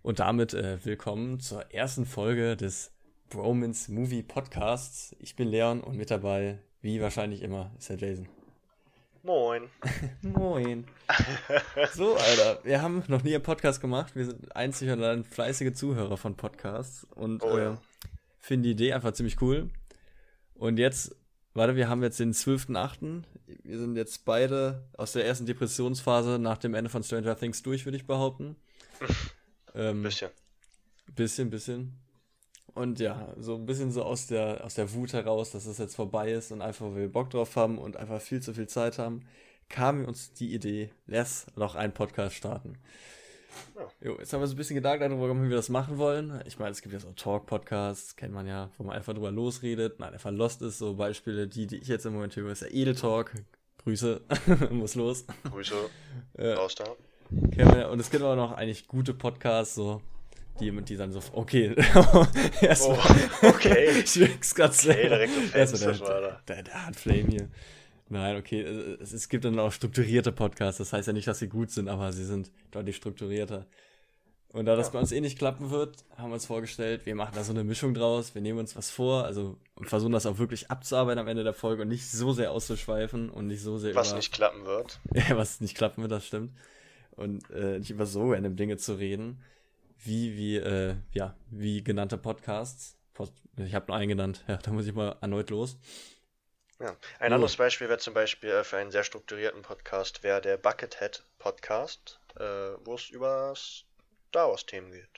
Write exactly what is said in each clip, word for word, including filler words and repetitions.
Und damit äh, willkommen zur ersten Folge des Bromance Movie Podcasts. Ich bin Leon und mit dabei, wie wahrscheinlich immer, ist der Jason. Moin. Moin. So, Alter, wir haben noch nie einen Podcast gemacht. Wir sind einzig und allein fleißige Zuhörer von Podcasts und Oh äh, ja. finden die Idee einfach ziemlich cool. Und jetzt, warte, wir haben jetzt den zwölften achten Wir sind jetzt beide aus der ersten Depressionsphase nach dem Ende von Stranger Things durch, würde ich behaupten. ähm, Bisschen. Bisschen, bisschen. Und ja, so ein bisschen so aus der, aus der Wut heraus, dass es jetzt vorbei ist und einfach, weil wir Bock drauf haben und einfach viel zu viel Zeit haben, kam uns die Idee, lass doch einen Podcast starten. Ja. Jo, jetzt haben wir so ein bisschen Gedanken darüber, warum wir das machen wollen. Ich meine, es gibt ja so Talk-Podcasts, kennt man ja, wo man einfach drüber losredet, man einfach lost ist. So Beispiele, die, die ich jetzt im Moment höre, ist der Edel Talk. Grüße, muss los. Grüße. Äh, Raus da. Kennen wir ja. Und es gibt auch noch eigentlich gute Podcasts, so, die, die dann so, okay, erstmal, Oh, okay. ich wirk's grad Okay, selber. direkt auf Erstmal Fans, das war da. der, der, der Hardflame hier. Nein, okay, es, es gibt dann auch strukturierte Podcasts, das heißt ja nicht, dass sie gut sind, aber sie sind deutlich strukturierter. Und da das Ja. bei uns eh nicht klappen wird, haben wir uns vorgestellt, wir machen da so eine Mischung draus, wir nehmen uns was vor, also und versuchen das auch wirklich abzuarbeiten am Ende der Folge und nicht so sehr auszuschweifen und nicht so sehr Was über... nicht klappen wird. Ja, was nicht klappen wird, das stimmt. Und äh, nicht über so random Dinge zu reden, wie, wie, äh, ja, wie genannte Podcasts. Pod- ich habe nur einen genannt, ja, da muss ich mal erneut los. Ja. Ein Jo. anderes Beispiel wäre zum Beispiel äh, für einen sehr strukturierten Podcast, wäre der Buckethead Podcast, äh, wo es über Star Wars Themen geht.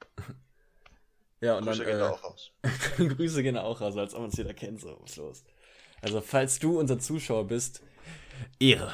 Ja, und Grüße dann, gehen da äh, auch raus. Grüße gehen auch raus, als ob man es jeder kennt, so, was ist los. Also, falls du unser Zuschauer bist, Ehre.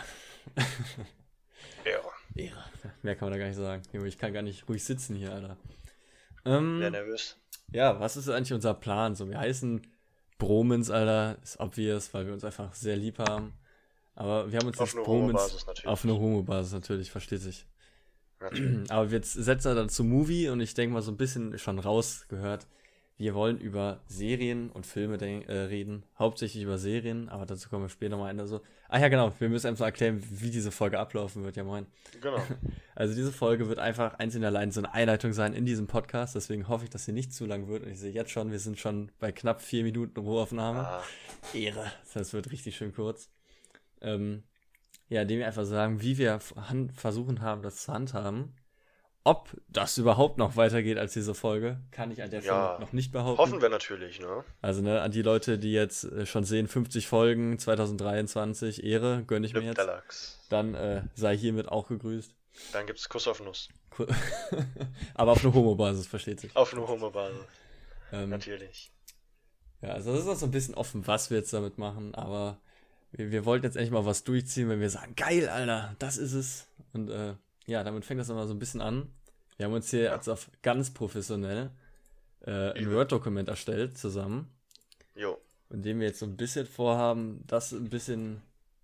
Ja. Ehre. Mehr kann man da gar nicht sagen. Junge, ich kann gar nicht ruhig sitzen hier, Alter. Ähm, Sehr nervös. Ja, was ist eigentlich unser Plan? So, wir heißen Bromance, Alter, ist obvious, weil wir uns einfach sehr lieb haben. Aber wir haben uns Auf jetzt eine Bromance Homo-Basis natürlich. auf eine Homo-Basis natürlich, versteht sich. Natürlich. Aber wir setzen dann zu Movie und ich denke mal so ein bisschen schon rausgehört. Wir wollen über Serien und Filme denk- äh, reden, hauptsächlich über Serien, aber dazu kommen wir später mal Ende so. Ah ja, genau, wir müssen einfach erklären, wie diese Folge ablaufen wird, ja moin. Genau. Also diese Folge wird einfach einzeln allein so eine Einleitung sein in diesem Podcast, deswegen hoffe ich, dass sie nicht zu lang wird und ich sehe jetzt schon, wir sind schon bei knapp vier Minuten Rohaufnahme. Ah, Ehre, das wird richtig schön kurz. Ähm, ja, indem wir einfach sagen, wie wir han- versuchen haben, das zu handhaben. Ob das überhaupt noch weitergeht als diese Folge, kann ich an der Stelle Ja. noch nicht behaupten. hoffen wir natürlich, ne? Also ne, an die Leute, die jetzt äh, schon sehen, fünfzig Folgen, zwanzig dreiundzwanzig, Ehre, gönne ich mir Lip jetzt. Deluxe. Dann äh, sei hiermit auch gegrüßt. Dann gibt's Kuss auf Nuss. Cool. Aber auf eine Homo-Basis, versteht sich. Auf eine Homo-Basis. Ähm, Natürlich. ja, also das ist auch so ein bisschen offen, was wir jetzt damit machen, aber wir, wir wollten jetzt endlich mal was durchziehen, wenn wir sagen, geil, Alter, das ist es. Und äh, ja, damit fängt das immer so ein bisschen an. Wir haben uns hier Ja. jetzt auf ganz professionell äh, ein Übel. Word-Dokument erstellt zusammen, Jo. in dem wir jetzt so ein bisschen vorhaben, das ein bisschen,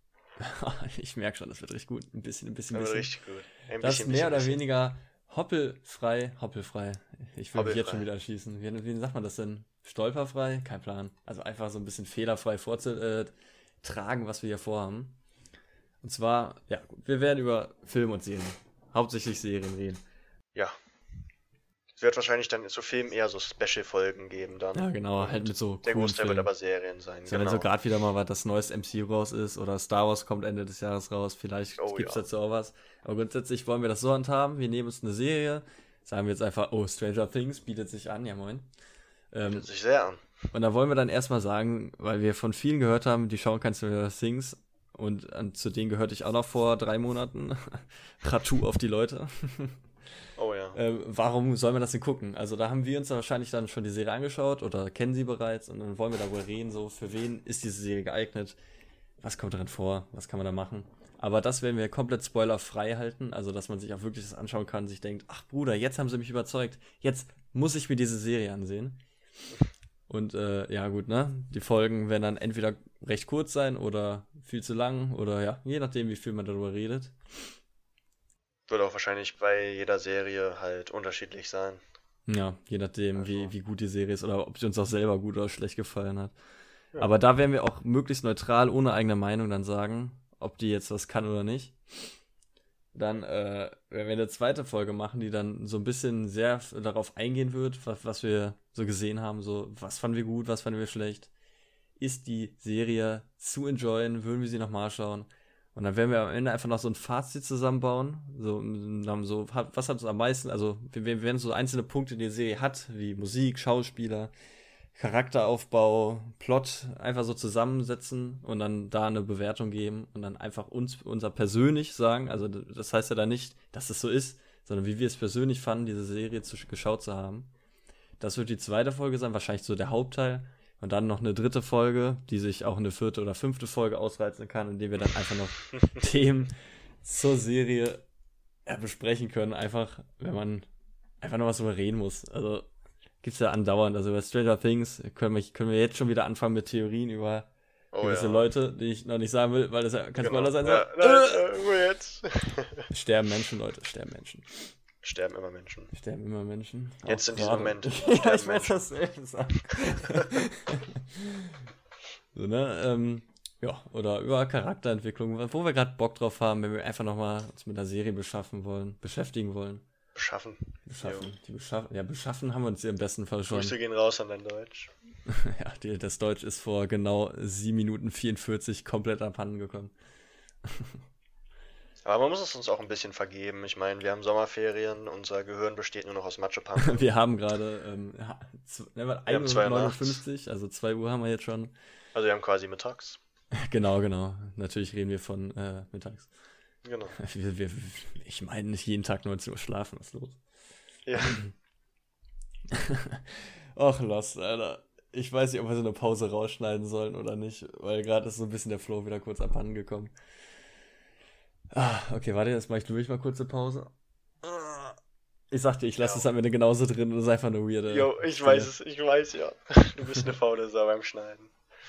ich merke schon, das wird richtig gut, ein bisschen, ein bisschen, ein Aber bisschen, richtig gut. Ein das bisschen, mehr bisschen, oder bisschen. weniger hoppelfrei, hoppelfrei, ich will mich jetzt Hoppelfrei. schon wieder erschießen, wie, wie sagt man das denn, stolperfrei? Kein Plan, also einfach so ein bisschen fehlerfrei vorzutragen, was wir hier vorhaben. Und zwar, ja gut, wir werden über Film und Serien, hauptsächlich Serien reden. Ja. Es wird wahrscheinlich dann zu Filmen eher so Special-Folgen geben dann. Ja, genau, Und halt mit so der coolen Großteil wird Filmen. aber Serien sein. So, wenn so gerade wieder mal was das neueste M C U raus ist oder Star Wars kommt Ende des Jahres raus, vielleicht Oh, gibt's ja. dazu auch was. Aber grundsätzlich wollen wir das so handhaben, wir nehmen uns eine Serie, sagen wir jetzt einfach, oh, Stranger Things bietet sich an, ja moin. Ähm, Bietet sich sehr an. und da wollen wir dann erstmal sagen, weil wir von vielen gehört haben, die schauen kein Stranger Things und an, zu denen gehörte ich auch noch vor drei Monaten. Ratu auf die Leute. Oh ja. Ähm, warum soll man das denn gucken? Also da haben wir uns dann wahrscheinlich dann schon die Serie angeschaut oder kennen sie bereits und dann wollen wir darüber reden, so für wen ist diese Serie geeignet, was kommt darin vor, was kann man da machen. Aber das werden wir komplett spoilerfrei halten, also dass man sich auch wirklich das anschauen kann, sich denkt, ach Bruder, jetzt haben sie mich überzeugt, jetzt muss ich mir diese Serie ansehen. Und äh, ja gut, ne, die Folgen werden dann entweder recht kurz sein oder viel zu lang oder ja, je nachdem, wie viel man darüber redet. Wird auch wahrscheinlich bei jeder Serie halt unterschiedlich sein. Ja, je nachdem, Also. wie, wie gut die Serie ist oder ob sie uns auch selber gut oder schlecht gefallen hat. Ja. Aber da werden wir auch möglichst neutral, ohne eigene Meinung dann sagen, ob die jetzt was kann oder nicht. dann äh, werden wir eine zweite Folge machen, die dann so ein bisschen sehr f- darauf eingehen wird, was, was wir so gesehen haben, so was fanden wir gut, was fanden wir schlecht. Ist die Serie zu enjoyen, würden wir sie nochmal schauen. Und dann werden wir am Ende einfach noch so ein Fazit zusammenbauen. So, m, dann so hat- was hat uns am meisten, also wir, wir werden so einzelne Punkte, die die Serie hat, wie Musik, Schauspieler, Charakteraufbau, Plot einfach so zusammensetzen und dann da eine Bewertung geben und dann einfach uns unser persönlich sagen. Also d- das heißt ja dann nicht, dass es so ist, sondern wie wir es persönlich fanden, diese Serie zu, geschaut zu haben. Das wird die zweite Folge sein, wahrscheinlich so der Hauptteil. Und dann noch eine dritte Folge, die sich auch in eine vierte oder fünfte Folge ausreizen kann, indem wir dann einfach noch Themen zur Serie ja, besprechen können. Einfach, wenn man einfach noch was drüber reden muss. Also gibt's ja andauernd. Also über Stranger Things können wir, können wir jetzt schon wieder anfangen mit Theorien über Oh gewisse ja. Leute, die ich noch nicht sagen will, weil das ja kein Genau. Spoiler sein soll. Ja, nein, äh, wo jetzt? Äh, sterben Menschen, Leute, sterben Menschen. Sterben immer Menschen. Sterben immer Menschen. Jetzt Auch in diesem gerade. Moment ja, sterben ich werde Menschen. dasselbe sagen. so, ne? Ähm, ja, oder über Charakterentwicklung, wo wir gerade Bock drauf haben, wenn wir einfach nochmal uns mit einer Serie beschaffen wollen, beschäftigen wollen. Beschaffen. Beschaffen. Jo. Die beschaffen. Ja, beschaffen haben wir uns hier im besten Fall schon. Grüße gehen raus an dein Deutsch. ja, die, das Deutsch ist vor genau sieben Minuten vierundvierzig komplett abhanden gekommen. Aber man muss es uns auch ein bisschen vergeben. Ich meine, wir haben Sommerferien, unser Gehirn besteht nur noch aus Matschepampe. wir haben gerade ähm, ja, z- ne, was, Wir haben zwei Uhr nachts. einundneunundfünfzig, also zwei Uhr haben wir jetzt schon. Also wir haben quasi mittags. Genau, genau. Natürlich reden wir von äh, mittags. Genau. Wir, wir, ich meine nicht jeden Tag neunzehn Uhr schlafen, was ist los? Ja. Och, Lost, Alter. Ich weiß nicht, ob wir so eine Pause rausschneiden sollen oder nicht, weil gerade ist so ein bisschen der Flow wieder kurz abhanden gekommen. Ah, okay, warte, jetzt mache ich durch mal kurze Pause. Ah. Ich sag dir, ich lasse Ja. es am Ende genauso drin und es ist einfach eine weirde. Jo, ich Stelle. weiß es, ich weiß ja. Du bist eine faule Sau beim Schneiden.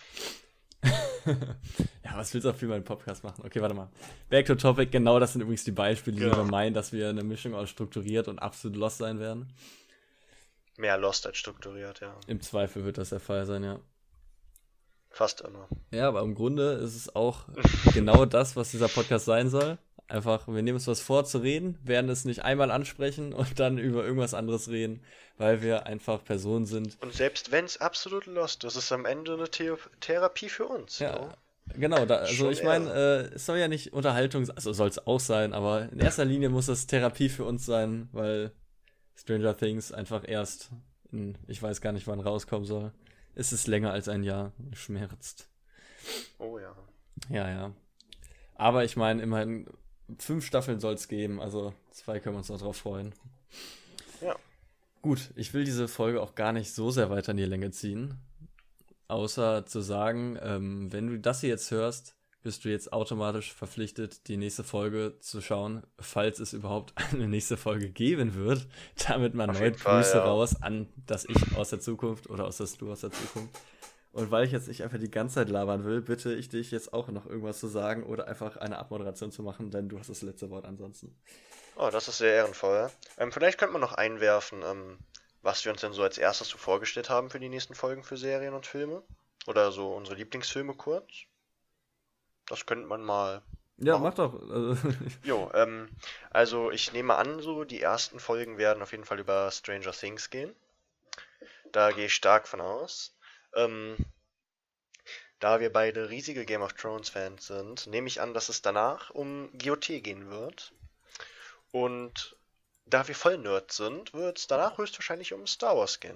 ja, was willst du auch für meinen Podcast machen? Okay, warte mal. Back to topic, genau das sind übrigens die Beispiele, die Genau. wir meinen, dass wir eine Mischung aus strukturiert und absolut lost sein werden. Mehr lost als strukturiert, ja. Im Zweifel wird das der Fall sein, ja. Fast immer. Ja, aber im Grunde ist es auch genau das, was dieser Podcast sein soll. Einfach, wir nehmen uns was vor zu reden, werden es nicht einmal ansprechen und dann über irgendwas anderes reden, weil wir einfach Personen sind. Und selbst wenn es absolut lost ist, ist es am Ende eine The Therapie für uns. Ja, no? genau. Da, also Schon ich meine, äh, es soll ja nicht Unterhaltung, also soll es auch sein, aber in erster Linie muss es Therapie für uns sein, weil Stranger Things einfach erst, in, ich weiß gar nicht, wann rauskommen soll. Es ist länger als ein Jahr. Schmerzt. Oh ja. Ja, ja. Aber ich meine, immerhin fünf Staffeln soll es geben, also zwei können wir uns noch drauf freuen. Ja. Gut, ich will diese Folge auch gar nicht so sehr weiter in die Länge ziehen, außer zu sagen, ähm, wenn du das hier jetzt hörst, bist du jetzt automatisch verpflichtet, die nächste Folge zu schauen, falls es überhaupt eine nächste Folge geben wird. Damit mal Auf neue jeden Fall, Grüße ja. raus an das Ich aus der Zukunft oder aus das Du aus der Zukunft. Und weil ich jetzt nicht einfach die ganze Zeit labern will, bitte ich dich jetzt auch noch irgendwas zu sagen oder einfach eine Abmoderation zu machen, denn du hast das letzte Wort ansonsten. Oh, das ist sehr ehrenvoll. Ähm, vielleicht könnte man noch einwerfen, ähm, was wir uns denn so als erstes so vorgestellt haben für die nächsten Folgen für Serien und Filme. Oder so unsere Lieblingsfilme kurz. Das könnte man mal. Ja, Machen. mach doch. Also, Jo, ähm, also ich nehme an, so die ersten Folgen werden auf jeden Fall über Stranger Things gehen. Da gehe ich stark von aus. Ähm, da wir beide riesige Game of Thrones Fans sind, nehme ich an, dass es danach um G O T gehen wird. Und da wir voll Nerds sind, wird es danach höchstwahrscheinlich um Star Wars gehen.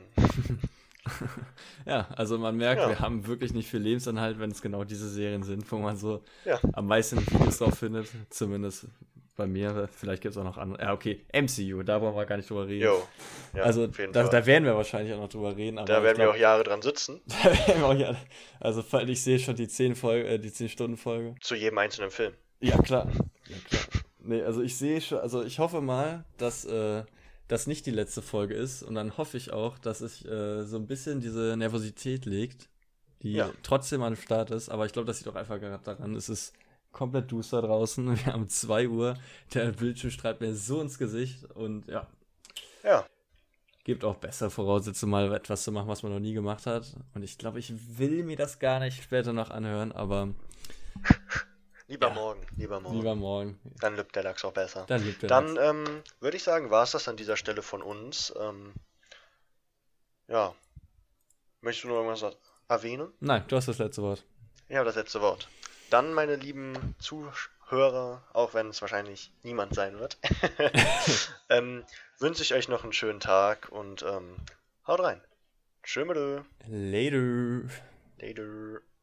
ja, also man merkt, Ja. wir haben wirklich nicht viel Lebensinhalt, wenn es genau diese Serien sind, wo man so Ja. am meisten Videos drauf findet. Zumindest bei mir. Vielleicht gibt es auch noch andere. Ja, okay, M C U, da wollen wir gar nicht drüber reden. Jo, ja, also auf jeden da, Fall. da werden wir wahrscheinlich auch noch drüber reden. Aber Da ich werden wir glaub, auch Jahre dran sitzen, da werden wir auch ja, also weil ich sehe schon die zehn Folge, äh, die zehn Stunden Folge. zu jedem einzelnen Film. Ja, klar. Ja, klar. Nee, also ich sehe schon, also ich hoffe mal, dass äh, das nicht die letzte Folge ist und dann hoffe ich auch, dass es äh, so ein bisschen diese Nervosität legt, die Ja. trotzdem am Start ist, aber ich glaube, das liegt auch einfach gerade daran, es ist komplett duster draußen, wir haben zwei Uhr, der Bildschirm strahlt mir so ins Gesicht und ja, Ja, gibt auch bessere Voraussetzungen, mal etwas zu machen, was man noch nie gemacht hat und ich glaube, ich will mir das gar nicht später noch anhören, aber Lieber Ja. morgen, lieber morgen. Lieber morgen. Dann lübt der Lachs auch besser. Dann liebt der Dann Lachs. ähm, würde ich sagen, war es das an dieser Stelle von uns. Ähm, ja. Möchtest du noch irgendwas erwähnen? Nein, du hast das letzte Wort. Ja, das letzte Wort. Dann, meine lieben Zuhörer, auch wenn es wahrscheinlich niemand sein wird, ähm, wünsche ich euch noch einen schönen Tag und ähm, haut rein. Tschö, Later. Later.